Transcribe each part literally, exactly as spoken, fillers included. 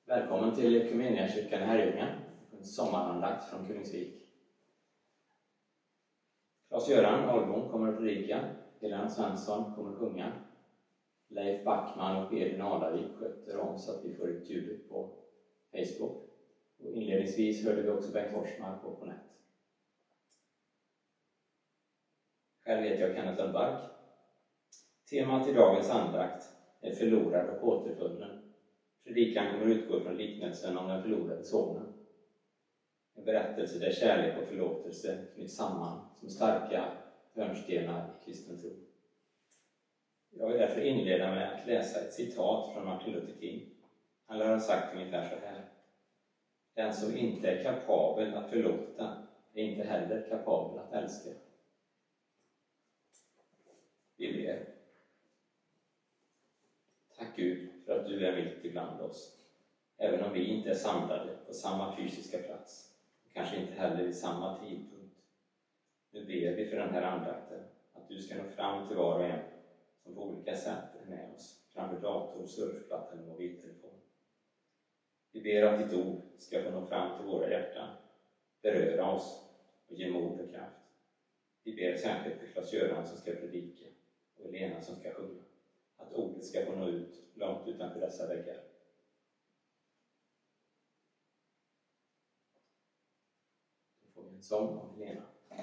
Välkommen till Equmeniakyrkan i Herrljunga, en sommarandakt från Kungsvik. Claes-Göran Ahlbom kommer att predika, Helena Svensson kommer att sjunga, Leif Backman och Edvin Adavik sköter om så att vi får ut ljudet på Facebook. Och inledningsvis hörde vi också Bengt Forsmark på Ponett. Själv heter jag Kenneth Lundmark. Temat i dagens andakt är förlorad och återfunnen. Predikan kommer att utgå från liknelsen om den förlorade sonen. En berättelse där kärlek och förlåtelse knyts samman som starka hörnstenar i kristen tro. Jag vill därför inleda med att läsa ett citat från Martin Luther King. Han lär ha sagt ungefär så här: den som inte är kapabel att förlåta är inte heller kapabel att älska. Vi ber. Tack Gud för att du är mitt ibland oss, även om vi inte är samlade på samma fysiska plats, kanske inte heller vid samma tidpunkt. Nu ber vi för den här andakten, att du ska nå fram till var och en som på olika sätt är med oss, framför dator, surfplatta eller mobiltelefon. Vi ber att ditt ord ska få nå fram till våra hjärtan, beröra oss och ge mod och kraft. Vi ber särskilt för Claes-Göran som ska predika och Helena som ska sjunga, att ordet ska få nå ut långt utanför dessa väggar. Då får vi en sång om Helena.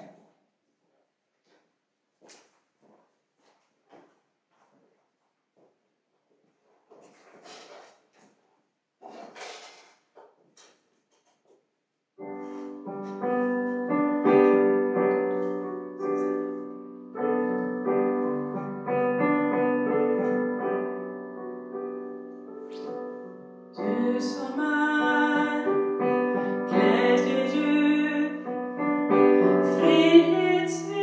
Du som är glädjedjup, frihetsvind,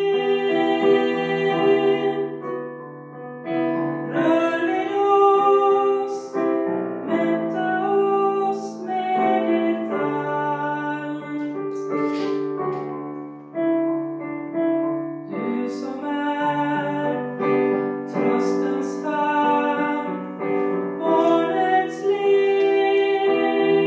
rör vid oss, mätta oss med ditt allt. Du som är tröstens famn, barnets liv,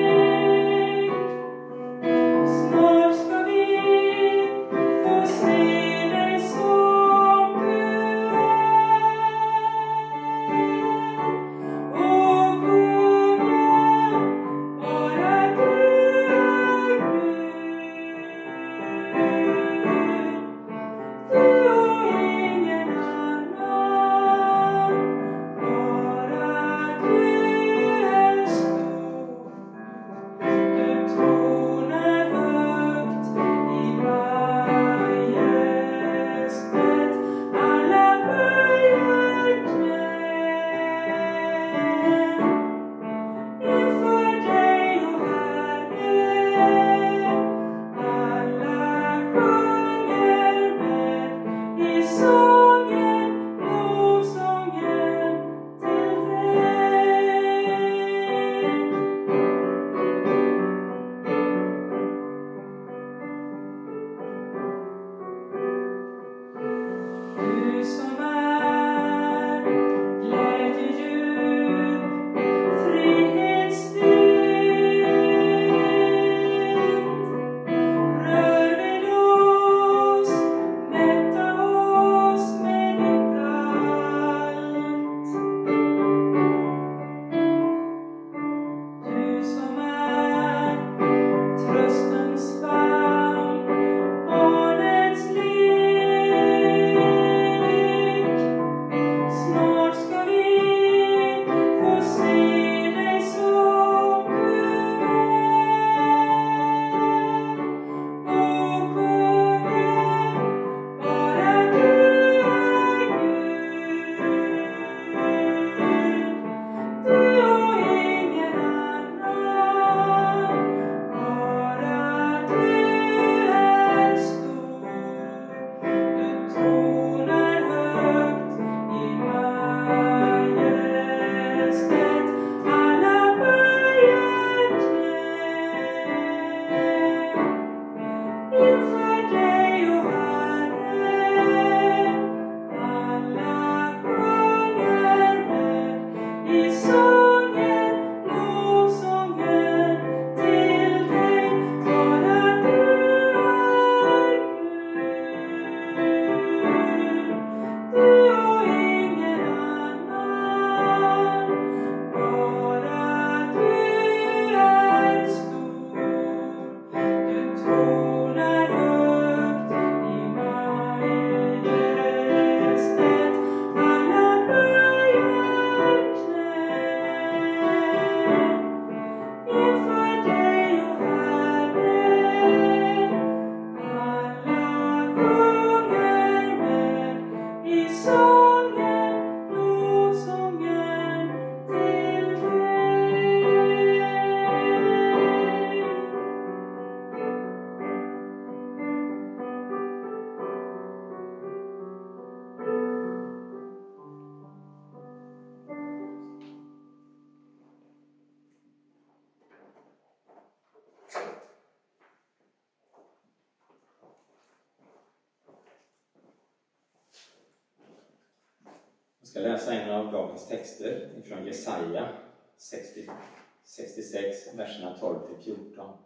ska läsa en av dagens texter från Jesaja sextio, sextiosex, verserna tolv till fjorton.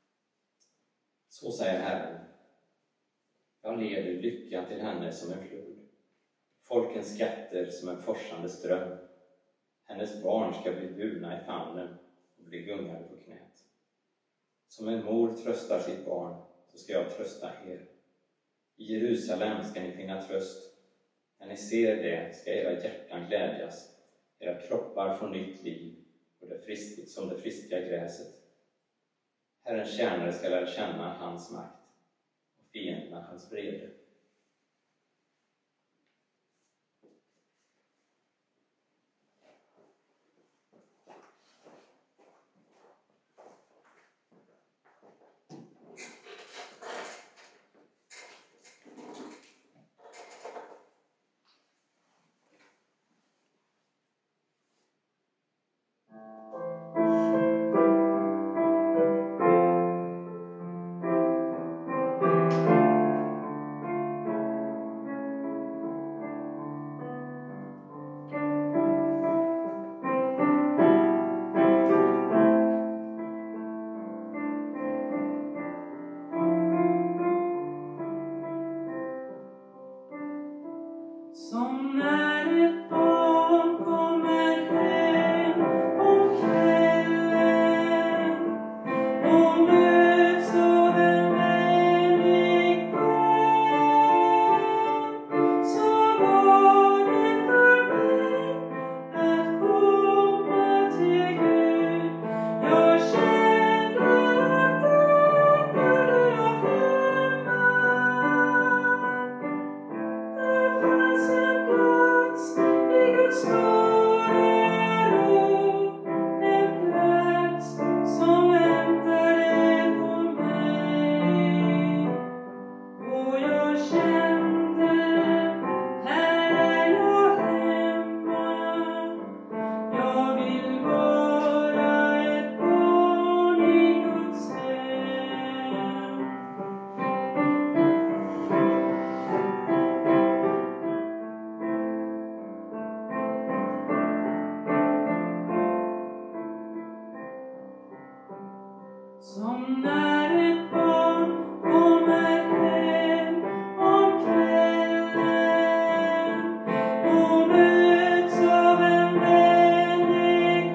Så säger Herren: jag leder lyckan till henne som en flod, folkens skatter som en forsande ström. Hennes barn ska bli burna i famnen och bli gungade på knät. Som en mor tröstar sitt barn, så ska jag trösta er. I Jerusalem ska ni finna tröst. När ni ser det ska era hjärtan glädjas, era kroppar få nytt liv, och det frisk, som det friska gräset. Herrens tjänare ska lära känna hans makt, och fienderna hans vrede. Som när ett barn kommer hem om kvällen och möts av en vänlig barn, så var det för mig att komma till Gud. Jag kände att där hörde jag hemma. Där fanns en plats i Guds stora ro, en plats som väntade på mig. Och jag kände, här är jag hemma. Jag vill vara ett barn i Guds hem. Som när ett barn kommer hem om kvällen och möts av en vänlig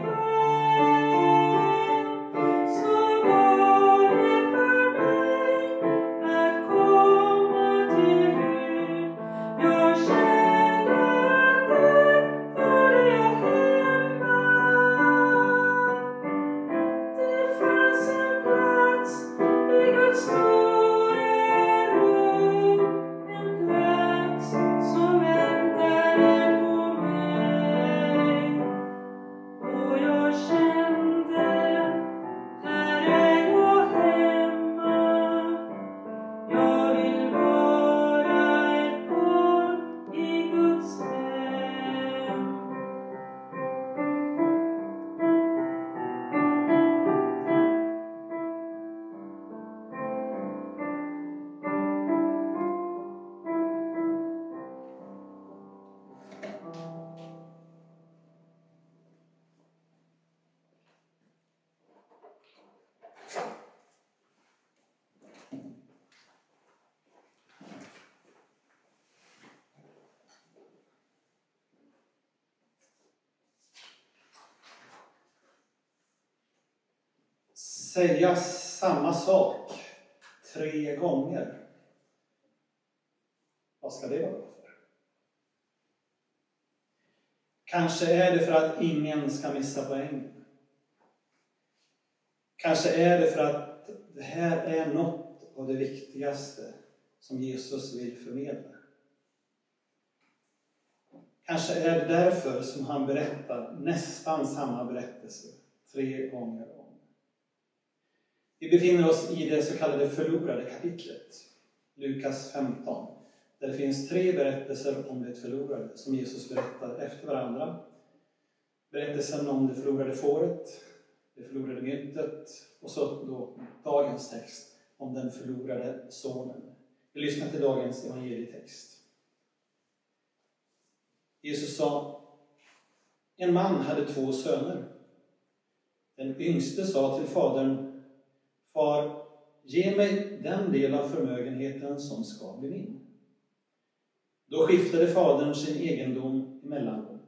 barn, så var det för mig att komma till Gud. Jag kände att där hörde jag hemma. Det fanns en plats i Guds stora ro, en plats som väntade på mig. Och jag kände, här är jag hemma. Jag vill vara ett barn i Guds hem. Säga samma sak tre gånger. Vad ska det vara för? Kanske är det för att ingen ska missa poängen. Kanske är det för att det här är något av det viktigaste som Jesus vill förmedla. Kanske är det därför som han berättar nästan samma berättelse tre gånger om. Vi befinner oss i det så kallade förlorade kapitlet, Lukas femton, där det finns tre berättelser om det förlorade som Jesus berättar efter varandra. Berättelsen om det förlorade fåret, det förlorade myntet och så då dagens text om den förlorade sonen. Vi lyssnar till dagens evangelietext. Jesus sa, en man hade två söner. Den yngste sa till fadern, far, ge mig den del av förmögenheten som ska bli min. Då skiftade fadern sin egendom emellan dem.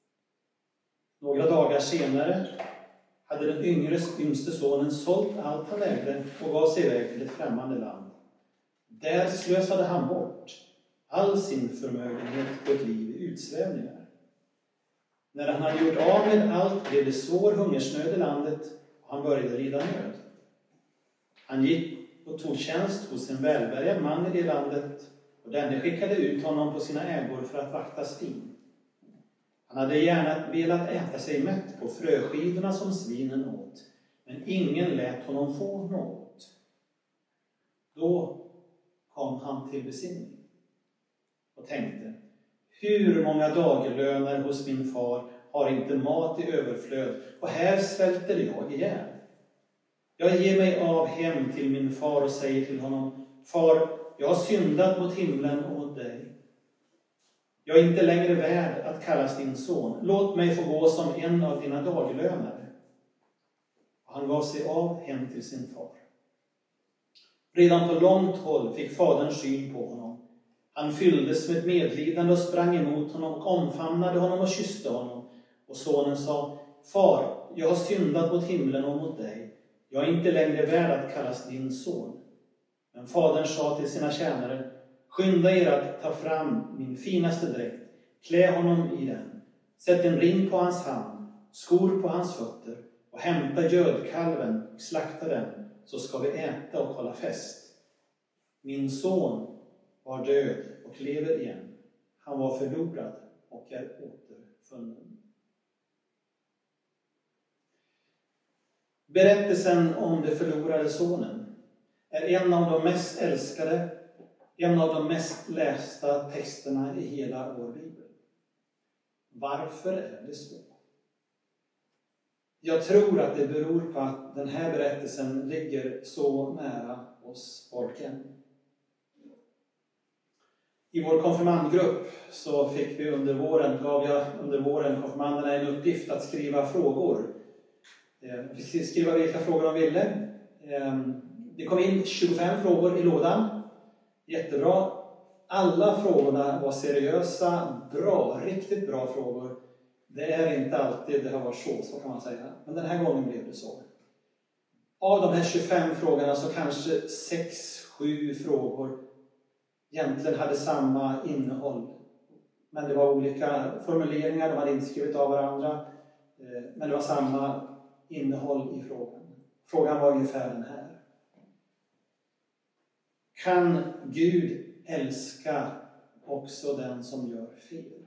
Några dagar senare hade den yngre, yngste sonen sålt allt han ägde och gav sig iväg till ett främmande land. Där slösade han bort all sin förmögenhet på ett liv i utsvävningar. När han hade gjort av med allt blev det svår hungersnöd i landet och han började lida nöd. Han gick och tog tjänst hos en välbärgad man i det landet och denne skickade ut honom på sina ägor för att vakta svin. Han hade gärna velat äta sig mätt på fröskidorna som svinen åt, men ingen lät honom få något. Då kom han till besinning och tänkte, hur många dagerlöner hos min far har inte mat i överflöd och här svälter jag ihjäl. Jag ger mig av hem till min far och säger till honom, far, jag har syndat mot himlen och mot dig. Jag är inte längre värd att kallas din son. Låt mig få gå som en av dina daglönare. Och han gav sig av hem till sin far. Redan på långt håll fick fadern syn på honom. Han fylldes med medlidande och sprang emot honom och omfamnade honom och kysste honom. Och sonen sa, far, jag har syndat mot himlen och mot dig. Jag är inte längre värd att kallas din son. Men fadern sa till sina tjänare, skynda er att ta fram min finaste dräkt, klä honom i den, sätt en ring på hans hand, skor på hans fötter och hämta gödkalven och slakta den, så ska vi äta och hålla fest. Min son var död och lever igen. Han var förlorad och är återfunnen. Berättelsen om den förlorade sonen är en av de mest älskade, en av de mest lästa texterna i hela vår bibel. Varför är det så? Jag tror att det beror på att den här berättelsen ligger så nära oss folken. I vår konfirmandgrupp så fick vi under våren, gav jag under våren konfirmanderna en uppgift att skriva frågor. Vi fick skriva vilka frågor de ville. Det kom in tjugofem frågor i lådan. Jättebra. Alla frågorna var seriösa, bra, riktigt bra frågor. Det är inte alltid det har varit så, så kan man säga. Men den här gången blev det så. Av de här tjugofem frågorna så kanske sex, sju frågor egentligen hade samma innehåll. Men det var olika formuleringar, de hade inte skrivit av varandra. Men det var samma innehåll i frågan. Frågan var ungefär den här. Kan Gud älska också den som gör fel?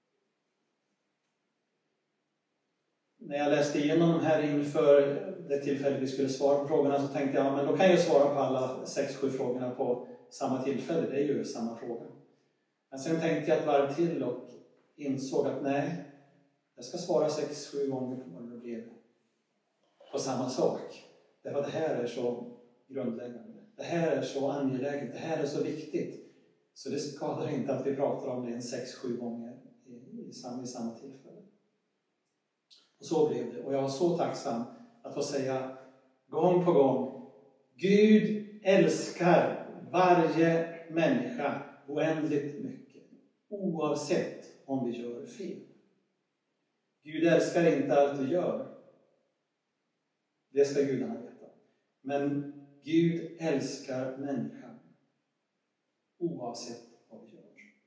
När jag läste igenom de här inför det tillfälle vi skulle svara på frågorna så tänkte jag, ja, men då kan jag svara på alla sex, sju frågorna på samma tillfälle. Det är ju samma fråga. Men sen tänkte jag ett varv till och insåg att nej, jag ska svara sex, sju gånger på vad det blev på samma sak. Därför att det här är så grundläggande. Det här är så angeläget. Det här är så viktigt. Så det skadar inte att vi pratar om det en sex, sju gånger i, i, samma, i samma tillfälle. Och så blev det. Och jag var så tacksam att få säga gång på gång. Gud älskar varje människa oändligt mycket. Oavsett om vi gör fel. Gud älskar inte allt vi gör. Det ska gudarna veta. Men Gud älskar människan. Oavsett vad vi gör.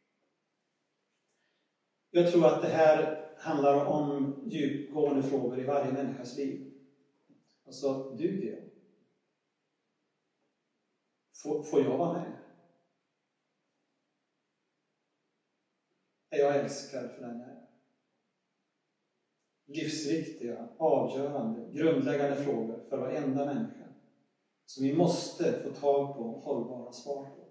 Jag tror att det här handlar om djupgående frågor i varje människas liv. Alltså, duger jag? Får, får jag vara med? Är jag älskad för den här? Livsviktiga, avgörande, grundläggande frågor för varenda människa. Som vi måste få tag på hållbara svar på.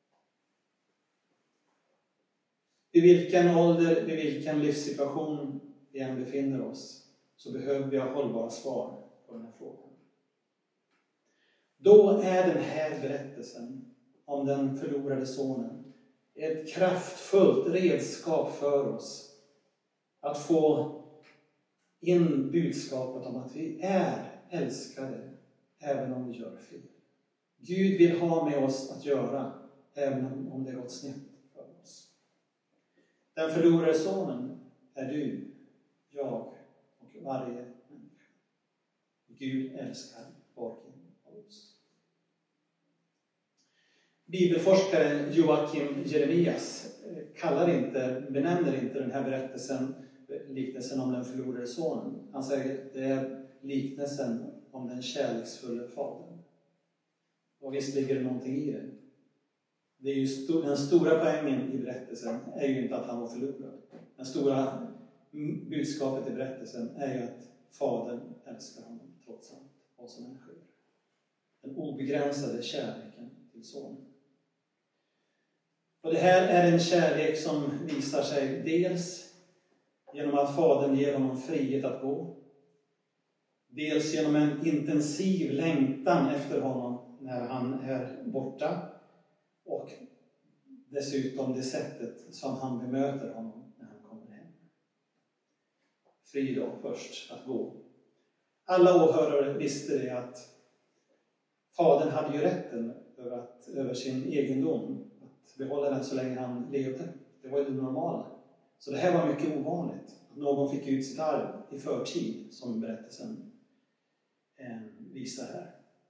I vilken ålder, i vilken livssituation vi än befinner oss så behöver vi ha hållbara svar på den här frågan. Då är den här berättelsen om den förlorade sonen ett kraftfullt redskap för oss att få in budskapet om att vi är älskade även om vi gör fel. Gud vill ha med oss att göra även om det gått snett för oss. Den förlorade sonen är du, jag och varje människa. Gud älskar var och en av oss. Bibelforskaren Joakim Jeremias kallar inte, benämner inte den här berättelsen liknelsen om den förlorade sonen. Han säger att det är liknelsen om den kärleksfulla fadern. Och visst ligger det någonting i det. Det är ju sto- den stora poängen i berättelsen är ju inte att han var förlorad. Den stora budskapet i berättelsen är ju att fadern älskar honom trots allt vad som än sker. Den obegränsade kärleken till sonen. Och det här är en kärlek som visar sig dels genom att fadern ger honom frihet att gå. Dels genom en intensiv längtan efter honom när han är borta. Och dessutom det sättet som han bemöter honom när han kommer hem. Fri då först att gå. Alla åhörare visste det att fadern hade ju rätten över, att, över sin egendom. Att behålla den så länge han levde. Det var ju det normala. Så det här var mycket ovanligt. Att någon fick ut sitt arv i förtid, som berättelsen eh, visar här.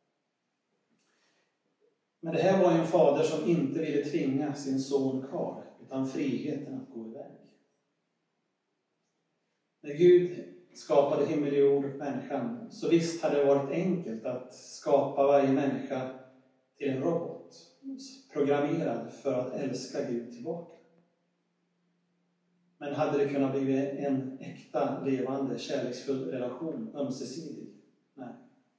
Men det här var ju en fader som inte ville tvinga sin son kvar, utan friheten att gå iväg. När Gud skapade himmel, jord och människan, så visst hade det varit enkelt att skapa varje människa till en robot, programmerad för att älska Gud tillbaka. Men hade det kunnat bli en äkta, levande, kärleksfull relation, ömsesidig? Nej.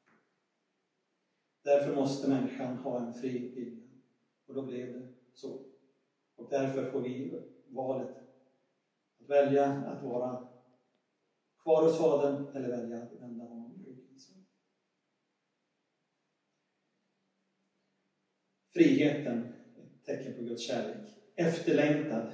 Därför måste människan ha en fri vilja. Och då blev det så. Och därför får vi valet att välja att vara kvar hos fadern eller välja att vända honom ryggen. Friheten, ett tecken på Guds kärlek. Efterlängtad.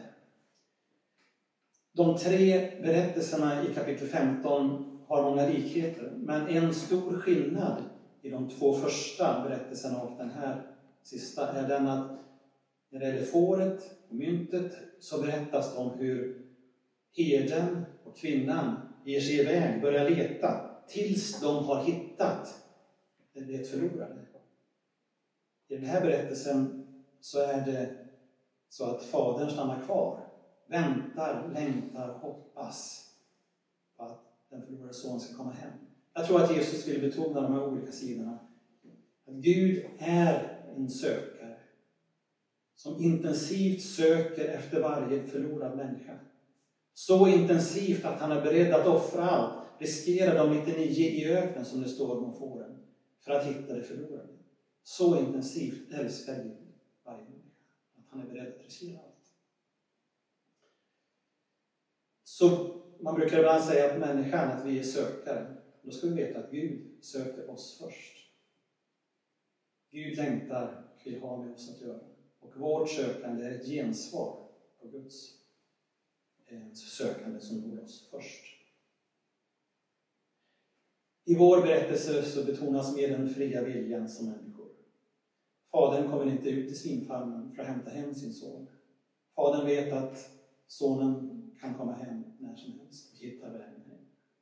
De tre berättelserna i kapitel femton har många likheter. Men en stor skillnad i de två första berättelserna och den här sista är den att när det gäller fåret och myntet så berättas det om hur herden och kvinnan ger sig iväg, börjar leta tills de har hittat det förlorade. I den här berättelsen så är det så att fadern stannar kvar, väntar, längtar, hoppas på att den förlorade son ska komma hem. Jag tror att Jesus vill betona de här olika sidorna. Att Gud är en sökare som intensivt söker efter varje förlorad människa. Så intensivt att han är beredd att offra allt, riskera de nittionio i öknen som det står om fåren, för att hitta det förlorade. Så intensivt älskar Gud varje människa att han är beredd att riskera allt. Så man brukar ibland säga att människan, att vi är sökare. Då ska vi veta att Gud söker oss först. Gud längtar och vill ha med oss att göra. Och vårt sökande är ett gensvar på Guds sökande som når oss först. I vår berättelse så betonas mer den fria viljan som människor. Fadern kommer inte ut i svinfarmen för att hämta hem sin son. Fadern vet att sonen kan komma hem när som helst och hitta vägen hem.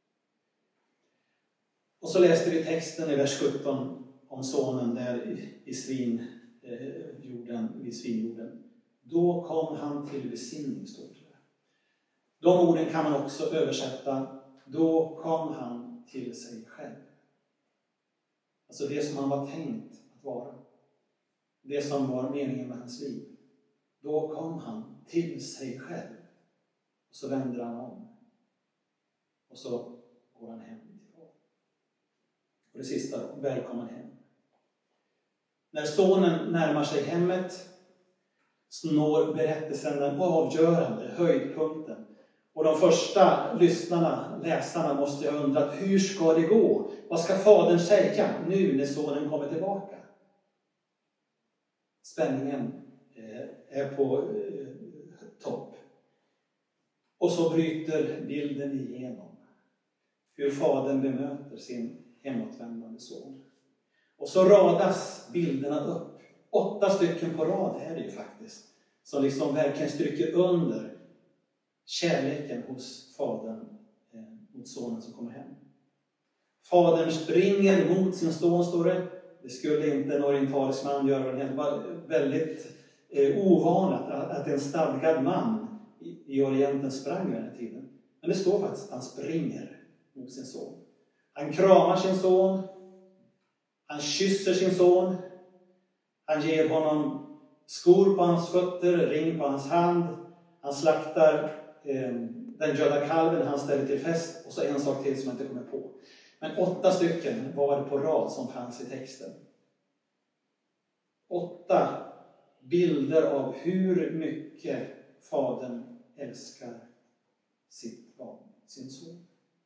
Och så läste vi texten i vers sjutton om sonen där i, i svinjorden, vid svinjorden. Då kom han till besinning, står det. De orden kan man också översätta. Då kom han till sig själv. Alltså det som han var tänkt att vara. Det som var meningen med hans liv. Då kom han till sig själv. Och så vänder han om. Och så går han hem till far. Och det sista då, välkommen hem. När sonen närmar sig hemmet så når berättelsen den avgörande höjdpunkten. Och de första lyssnarna, läsarna, måste ju ha undrat, hur ska det gå? Vad ska fadern säga nu när sonen kommer tillbaka? Spänningen är på topp. Och så bryter bilden igenom hur fadern bemöter sin hemåtvändande son. Och så radas bilderna upp. Åtta stycken på rad är det ju faktiskt. Som liksom verkligen stryker under kärleken hos fadern eh, mot sonen som kommer hem. Fadern springer mot sin son, står det. Det skulle inte en orientalisk man göra. Det var väldigt eh, ovanligt att, att en stadgad man i, i Orienten sprang den här tiden. Men det står faktiskt att han springer mot sin son. Han kramar sin son. Han kysser sin son. Han ger honom skor på hans fötter, ring på hans hand. Han slaktar eh, den gödda kalven han ställer till fest. Och så en sak till som jag inte kommer på. Men åtta stycken var det på rad som fanns i texten. Åtta bilder av hur mycket fadern älskar sitt barn, sin son.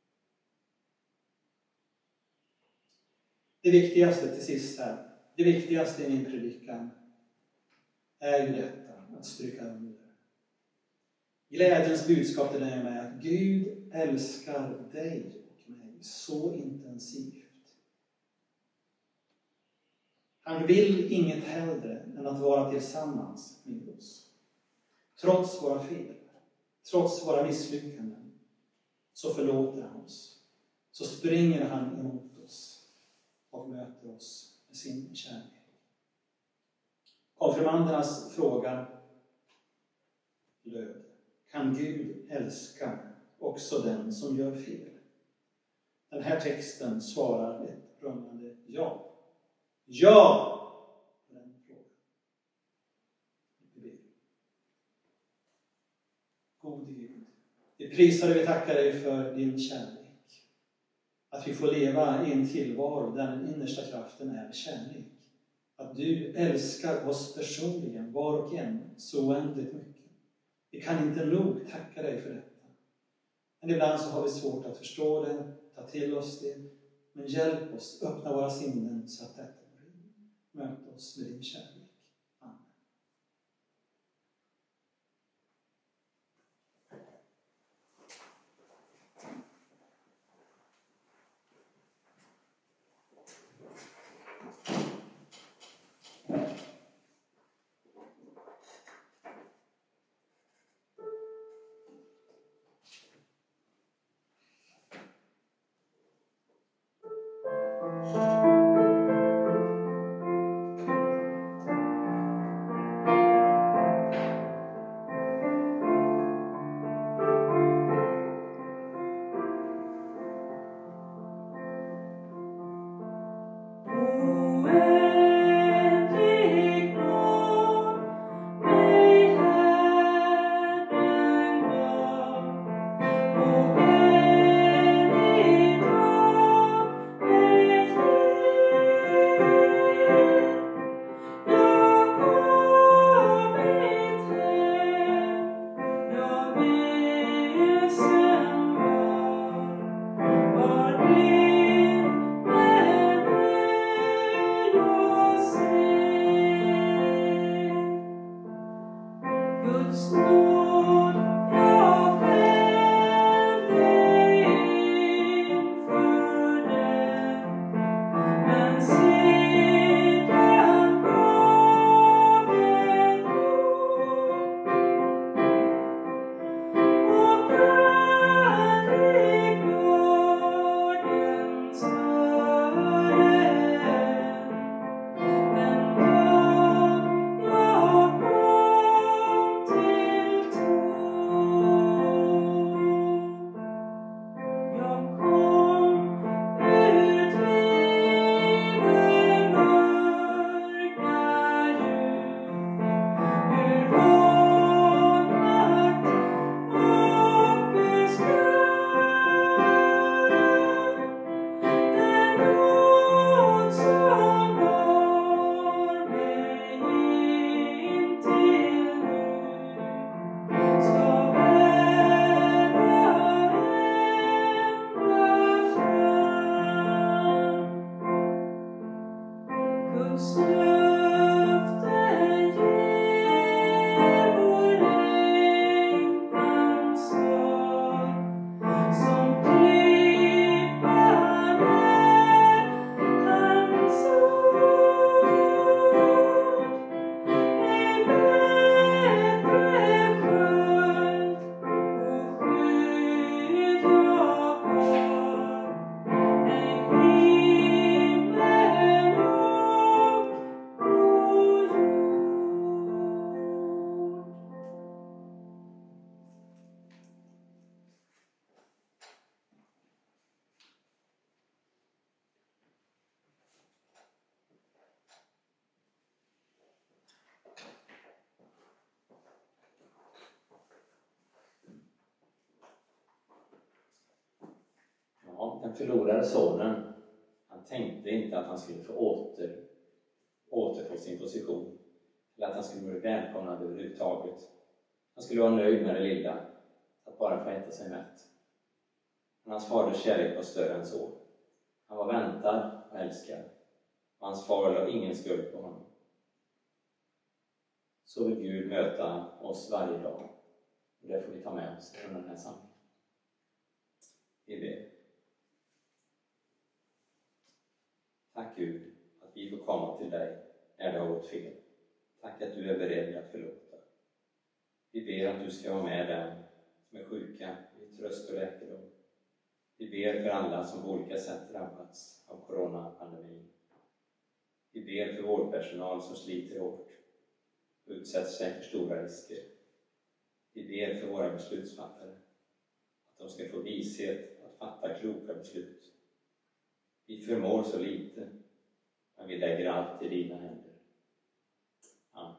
Det viktigaste till sist här, det viktigaste i min predikan är ju detta, att stryka under. Glädjens budskap till dig med att Gud älskar dig och mig så intensivt. Han vill inget hellre än att vara tillsammans med oss. Trots våra fel, trots våra misslyckanden, så förlåter han oss. Så springer han emot oss och möter oss med sin kärlek. Konfirmandernas fråga löd: kan Gud älska också den som gör fel? Den här texten svarar ett rungande ja. Ja! På den frågan. Gode Gud, vi prisar dig, vi tackar dig för din kärlek. Att vi får leva i en tillvaro där den innersta kraften är kärlek. Att du älskar oss personligen, var och en, så oändligt mycket. Vi kan inte nog tacka dig för detta. Men ibland så har vi svårt att förstå det, ta till oss det. Men hjälp oss, öppna våra sinnen så att detta blir. Möt oss med din kärlek. Amen. So Den förlorade sonen, han tänkte inte att han skulle få åter, återfå sin position. Eller att han skulle bli välkomnad överhuvudtaget. Han skulle vara nöjd med det lilla, att bara få äta sig mätt. Men hans faders kärlek var större än så. Han var väntad och älskad. Och hans far la ingen skuld på honom. Så vill Gud möta oss varje dag. Och det får vi ta med oss från den här samlingen. Vi ber. Tack Gud att vi får komma till dig när det har gått fel. Tack att du är beredd att förlåta. Vi ber att du ska vara med dem som är sjuka i tröst och läkedom. Vi ber för alla som på olika sätt drabbats av coronapandemin. Vi ber för vårdpersonal som sliter hårt och utsätter sig för stora risker. Vi ber för våra beslutsfattare att de ska få vishet att fatta kloka beslut. Vi förmår så lite, men vi lägger allt i dina händer. Amen.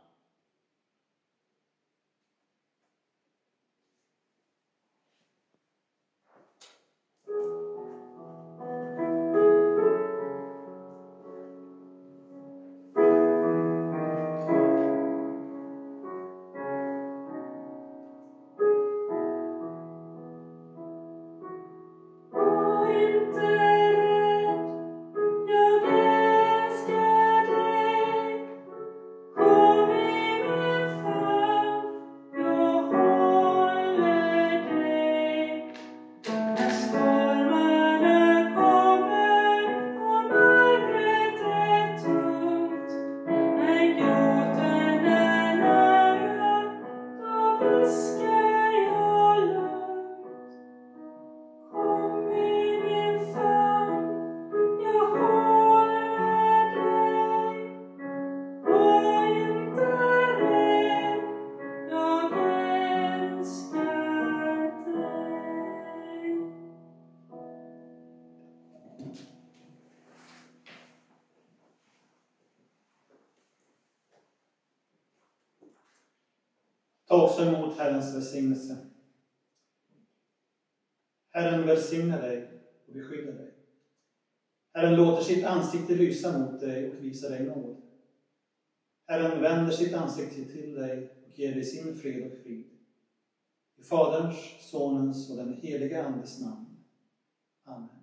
Ta också emot Herrens välsignelse. Herren välsignar dig och beskyddar dig. Herren låter sitt ansikte lysa mot dig och visar dig nåd. Herren vänder sitt ansikte till dig och ger dig sin fred och frid. I Faderns, Sonens och den heliga Andes namn. Amen.